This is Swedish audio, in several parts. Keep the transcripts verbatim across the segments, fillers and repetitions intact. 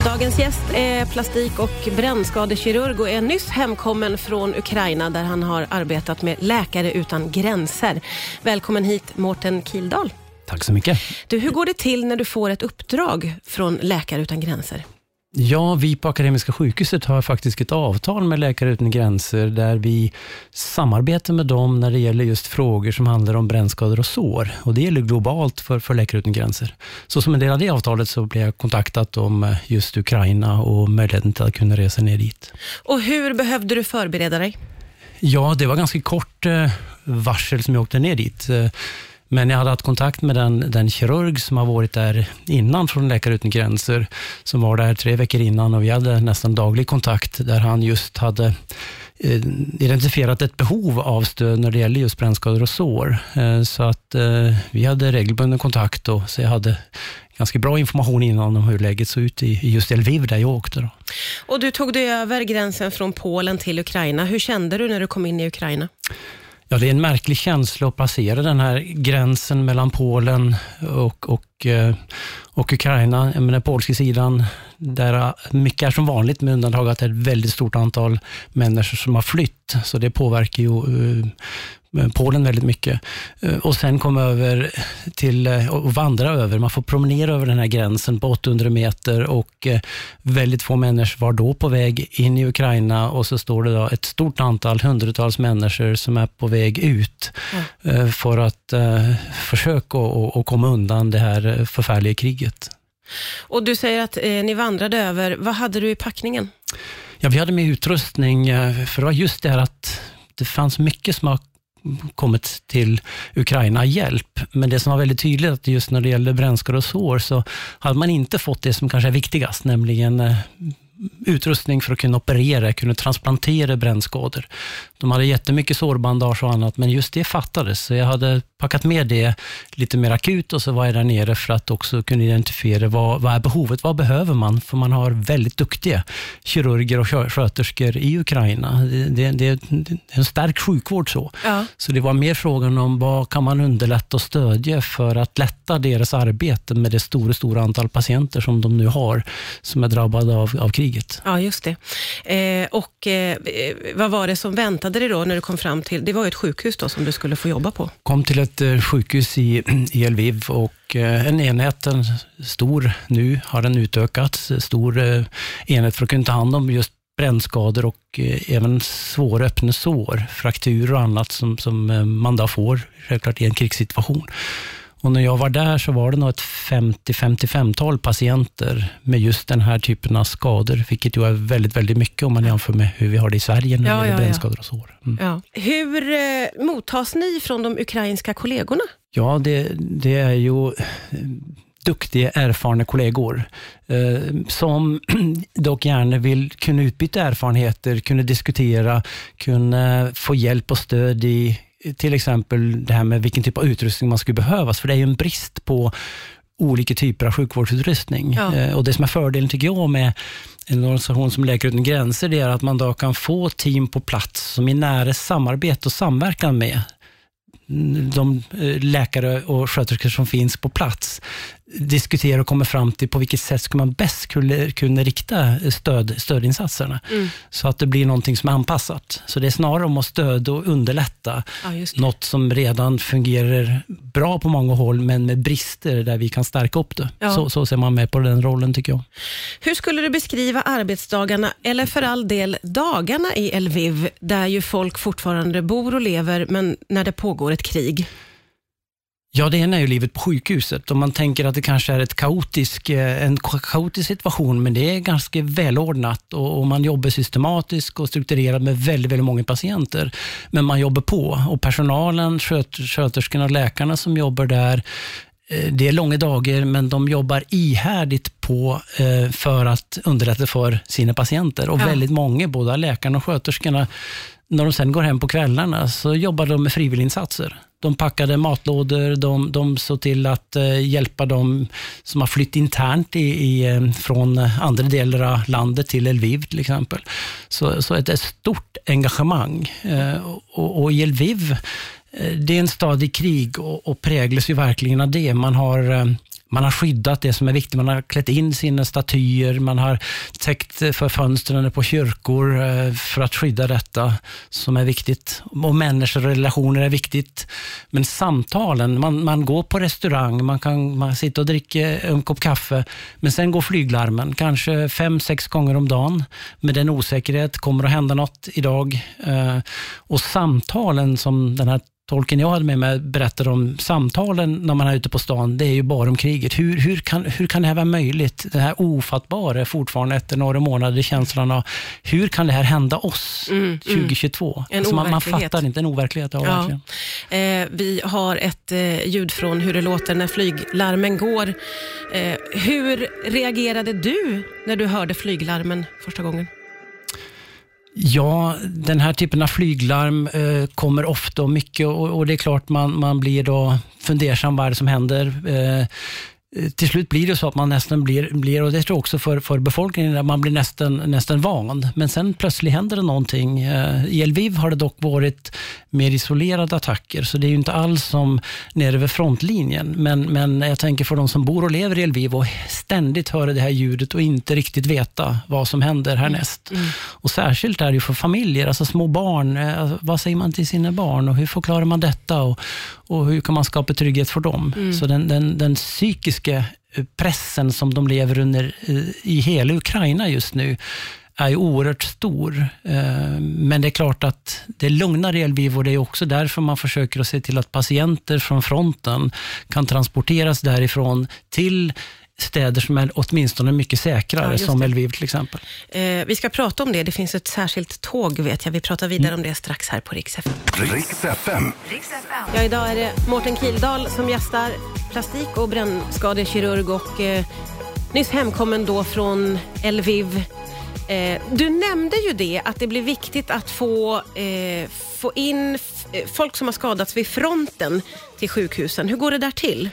Dagens gäst är plastik- och brännskadekirurg och är nyss hemkommen från Ukraina där han har arbetat med Läkare utan gränser. Välkommen hit, Mårten Kieldahl. Tack så mycket. Du, hur går det till när du får ett uppdrag från Läkare utan gränser? Ja, vi på Akademiska sjukhuset har faktiskt ett avtal med Läkare utan gränser där vi samarbetar med dem när det gäller just frågor som handlar om brännskador och sår. Och det gäller globalt för, för Läkare utan gränser. Så som en del av det avtalet så blev jag kontaktad om just Ukraina och möjligheten till att kunna resa ner dit. Och hur behövde du förbereda dig? Ja, det var ganska kort eh, varsel som jag åkte ner dit. Men jag hade haft kontakt med den, den kirurg som har varit där innan från Läkare utan gränser, som var där tre veckor innan, och vi hade nästan daglig kontakt där han just hade eh, identifierat ett behov av stöd när det gäller just brännskador och sår. Eh, så att eh, vi hade regelbunden kontakt, och så jag hade ganska bra information innan om hur läget såg ut i, i just Lviv där jag åkte då. Och du tog dig över gränsen från Polen till Ukraina. Hur kände du när du kom in i Ukraina? Ja, det är en märklig känsla att passera den här gränsen mellan Polen och, och, och Ukraina. Men den polska sidan, där mycket är som vanligt med undantag att det är ett väldigt stort antal människor som har flytt. Så det påverkar ju Polen väldigt mycket. Och sen komma över till och vandra över. Man får promenera över den här gränsen på åttahundra meter, och väldigt få människor var då på väg in i Ukraina, och så står det då ett stort antal, hundratals människor som är på väg ut mm. för att uh, försöka och, och komma undan det här förfärliga kriget. Och du säger att eh, ni vandrade över. Vad hade du i packningen? Ja, vi hade med utrustning, för det var just det här att det fanns mycket som har kommit till Ukraina hjälp. Men det som var väldigt tydligt att just när det gäller brännskador och sår så hade man inte fått det som kanske är viktigast, nämligen eh, utrustning för att kunna operera, kunna transplantera brännskador. De hade jättemycket sårbandage och annat, men just det fattades. Så jag hade packat med det lite mer akut, och så var jag där nere för att också kunna identifiera vad, vad är behovet, vad behöver man? För man har väldigt duktiga kirurger och sköterskor i Ukraina. Det, det, det, det är en stark sjukvård så. Ja. Så det var mer frågan om vad kan man underlätta och stödja för att lätta deras arbete med det stora, stora antal patienter som de nu har som är drabbade av, av kriget. Ja, just det. Eh, och eh, vad var det som väntade dig då när du kom fram till, det var ju ett sjukhus då som du skulle få jobba på? Kom till ett eh, sjukhus i, i Lviv, och eh, en enhet, en stor, nu har den utökats, stor eh, enhet för att kunna ta hand om just brännskador och eh, även svåra öppna sår, frakturer och annat som, som eh, man då får självklart i en krigssituation. Och när jag var där så var det nog ett femtio till femtiofem-tal patienter med just den här typen av skador, vilket ju är väldigt, väldigt mycket om man jämför med hur vi har det i Sverige när det ja, gäller ja, brännskador och sår. Mm. Ja. Hur eh, mottas ni från de ukrainska kollegorna? Ja, det, det är ju duktiga, erfarna kollegor eh, som dock gärna vill kunna utbyta erfarenheter, kunna diskutera, kunna få hjälp och stöd i till exempel det här med vilken typ av utrustning man skulle behövas, för det är ju en brist på olika typer av sjukvårdsutrustning. Ja. Eh, och det som är fördelen tycker jag med en organisation som Läkare utan gränser, det är att man då kan få team på plats som i nära samarbete och samverkan med de läkare och sköterskor som finns på plats diskutera och komma fram till på vilket sätt ska man bäst kunna, kunna rikta stöd, stödinsatserna mm. så att det blir någonting som är anpassat. Så det är snarare om att stödja och underlätta ja, något som redan fungerar bra på många håll, men med brister där vi kan stärka upp det. Ja. Så, så ser man med på den rollen tycker jag. Hur skulle du beskriva arbetsdagarna, eller för all del dagarna i Lviv, där ju folk fortfarande bor och lever, men när det pågår ett krig? Ja, det ena är ju livet på sjukhuset. Om man tänker att det kanske är ett kaotisk, en kaotisk situation, men det är ganska välordnat och, och man jobbar systematiskt och strukturerat med väldigt, väldigt många patienter. Men man jobbar på, och personalen, sköt, sköterskorna och läkarna som jobbar där, det är långa dagar, men de jobbar ihärdigt på eh, för att underlätta för sina patienter. Och ja. väldigt många, både läkarna och sköterskorna, när de sen går hem på kvällarna så jobbar de med frivilliginsatser. De packade matlådor, de, de såg till att eh, hjälpa dem som har flytt internt i, i, från andra delar av landet till Lviv till exempel. Så, så ett, ett stort engagemang. Eh, och, och i Lviv, eh, det är en stad i krig och, och präglas ju verkligen av det. Man har... Eh, Man har skyddat det som är viktigt. Man har klätt in sina statyer. Man har täckt för fönstren på kyrkor för att skydda detta som är viktigt. Och människor och relationer är viktigt. Men samtalen, man, man går på restaurang, man kan man sitta och dricka en kopp kaffe. Men sen går flyglarmen, kanske fem, sex gånger om dagen. Med den osäkerhet, kommer att hända något idag. Och samtalen som den här tolken jag hade med mig berättade om, samtalen när man är ute på stan, det är ju bara om kriget. Hur, hur, kan, hur kan det här vara möjligt? Det här ofattbara fortfarande efter några månader, känslan av hur kan det här hända oss mm, tjugohundratjugotvå? En alltså man, man fattar inte en overklighet. Ja, ja. Eh, vi har ett eh, ljud från hur det låter när flyglarmen går. Eh, hur reagerade du när du hörde flyglarmen första gången? Ja, den här typen av flyglarm eh, kommer ofta och mycket och, och det är klart man, man blir då fundersam vad det som händer. Eh, till slut blir det så att man nästan blir, blir och det tror jag också för, för befolkningen, att man blir nästan, nästan van. Men sen plötsligt händer det någonting. I Lviv har det dock varit mer isolerade attacker, så det är ju inte alls som nere vid frontlinjen. Men, men jag tänker för de som bor och lever i Lviv och ständigt höra det här ljudet och inte riktigt veta vad som händer härnäst. Mm. Och särskilt är det ju för familjer, alltså små barn. Vad säger man till sina barn och hur förklarar man detta och, och hur kan man skapa trygghet för dem? Mm. Så den, den, den psykiska pressen som de lever under i hela Ukraina just nu är ju oerhört stor. Men det är klart att det lugnar i Lviv och det är också därför man försöker att se till att patienter från fronten kan transporteras därifrån till städer som är åtminstone mycket säkrare, ja, som Lviv till exempel. Eh, vi ska prata om det. Det finns ett särskilt tåg, vet jag. Vi pratar vidare mm. om det strax här på Rix F M. Rix F M. Ja, idag är det Mårten Kildal som gästar, plastik- och brännskadekirurg och eh, nyss hemkommen då från Lviv. Eh, du nämnde ju det, att det blir viktigt att få, eh, få in f- folk som har skadats vid fronten till sjukhusen. Hur går det där till?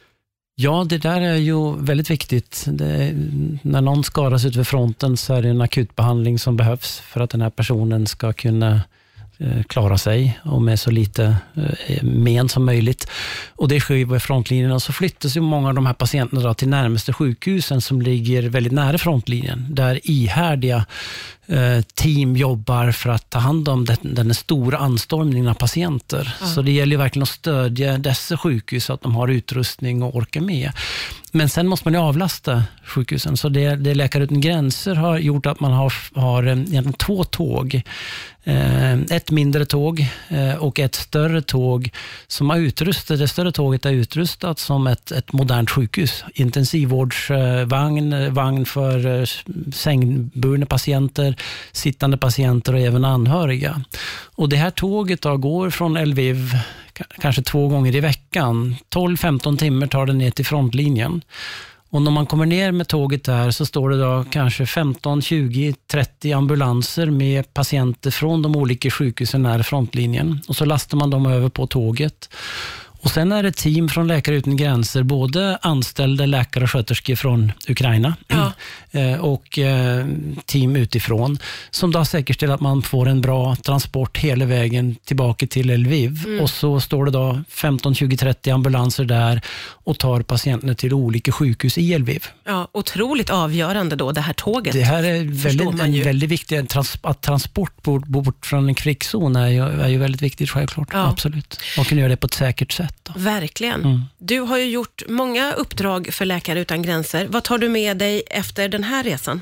Ja, det där är ju väldigt viktigt. Det, när någon skadas ut vid fronten så är det en akutbehandling som behövs för att den här personen ska kunna eh, klara sig och med så lite eh, men som möjligt. Och det sker vid frontlinjen och så flyttas ju många av de här patienterna då till närmaste sjukhusen som ligger väldigt nära frontlinjen. Där ihärdiga eh, team jobbar för att ta hand om den, den stora anstormningen av patienter. Ja. Så det gäller ju verkligen att stödja dessa sjukhus så att de har utrustning och orkar med. Men sen måste man ju avlasta sjukhusen. Så det, det Läkare utan gränser har gjort att man har, har egentligen två tåg. Eh, ett mindre tåg eh, och ett större tåg som har utrustat. Det större tåget är utrustat som ett, ett modernt sjukhus. Intensivvårdsvagn, eh, vagn för eh, sängburna patienter, sittande patienter och även anhöriga. Och det här tåget då går från Lviv kanske två gånger i veckan. tolv femton timmar tar det ner till frontlinjen. Och när man kommer ner med tåget där så står det då kanske femton, tjugo, trettio ambulanser med patienter från de olika sjukhusen nära frontlinjen. Och så lastar man dem över på tåget. Och sen är det team från Läkare utan gränser, både anställda läkare och sköterskor från Ukraina ja. och team utifrån, som då säkerställer att man får en bra transport hela vägen tillbaka till Lviv. Mm. Och så står det då femton, tjugo, trettio ambulanser där och tar patienterna till olika sjukhus i Lviv. Ja, otroligt avgörande då, det här tåget. Det här är väldigt, en väldigt viktigt, trans, att transport bort, bort från en krigszon är ju, är ju väldigt viktigt självklart, ja. Absolut. Man kan göra det på ett säkert sätt. Då. Verkligen. Mm. Du har ju gjort många uppdrag för Läkare utan gränser. Vad tar du med dig efter den här resan?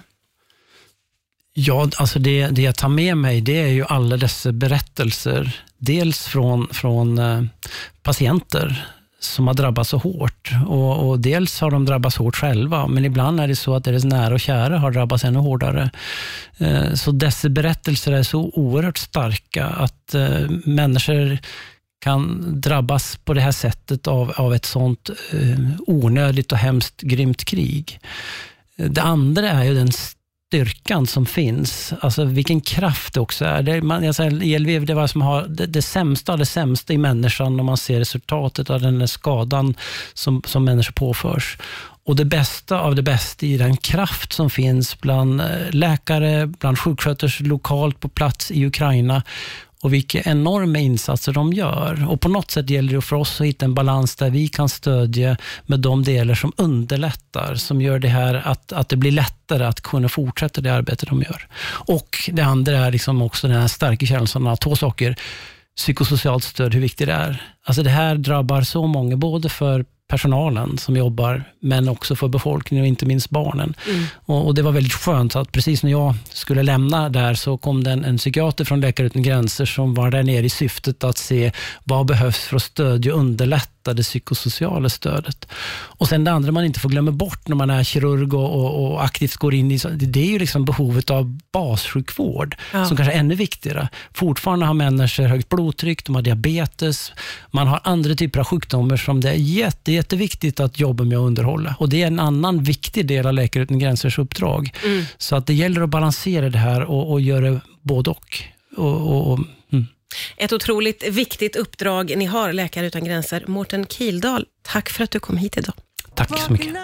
Ja, alltså det, det jag tar med mig, det är ju alla dessa berättelser. Dels från, från eh, patienter som har drabbats så hårt. Och, och dels har de drabbats hårt själva. Men ibland är det så att deras nära och kära har drabbats ännu hårdare. Eh, så dessa berättelser är så oerhört starka att eh, människor kan drabbas på det här sättet av, av ett sånt eh, onödigt och hemskt grymt krig. Det andra är ju den styrkan som finns. Alltså vilken kraft det också är. Det, man, jag säger, i Lviv, det var som har det, det sämsta det sämsta i människan när man ser resultatet av den här skadan som, som människor påförs. Och det bästa av det bästa i den kraft som finns bland läkare, bland sjuksköterskor lokalt på plats i Ukraina och vilka enorma insatser de gör. Och på något sätt gäller det för oss att hitta en balans där vi kan stödja med de delar som underlättar, som gör det här att, att det blir lättare att kunna fortsätta det arbete de gör. Och det andra är liksom också den här starka känslan av två saker. Psykosocialt stöd, hur viktigt det är. Alltså det här drabbar så många, både för personalen som jobbar, men också för befolkningen och inte minst barnen. Mm. Och, och det var väldigt skönt att precis när jag skulle lämna där så kom det en, en psykiater från Läkare utan gränser som var där nere i syftet att se vad behövs för att stödja och underlätta det psykosociala stödet. Och sen det andra man inte får glömma bort när man är kirurg och, och, och aktivt går in i, det är ju liksom behovet av bassjukvård, ja, som kanske är ännu viktigare. Fortfarande har människor högt blodtryck, de har diabetes, man har andra typer av sjukdomar som det är jätte, jätteviktigt att jobba med att underhålla. Och det är en annan viktig del av Läkare utan gränsers uppdrag. Mm. Så att det gäller att balansera det här och, och göra både och. och, och, och mm. Ett otroligt viktigt uppdrag ni har, Läkare utan gränser. Mårten Kildal, tack för att du kom hit idag. Tack så mycket.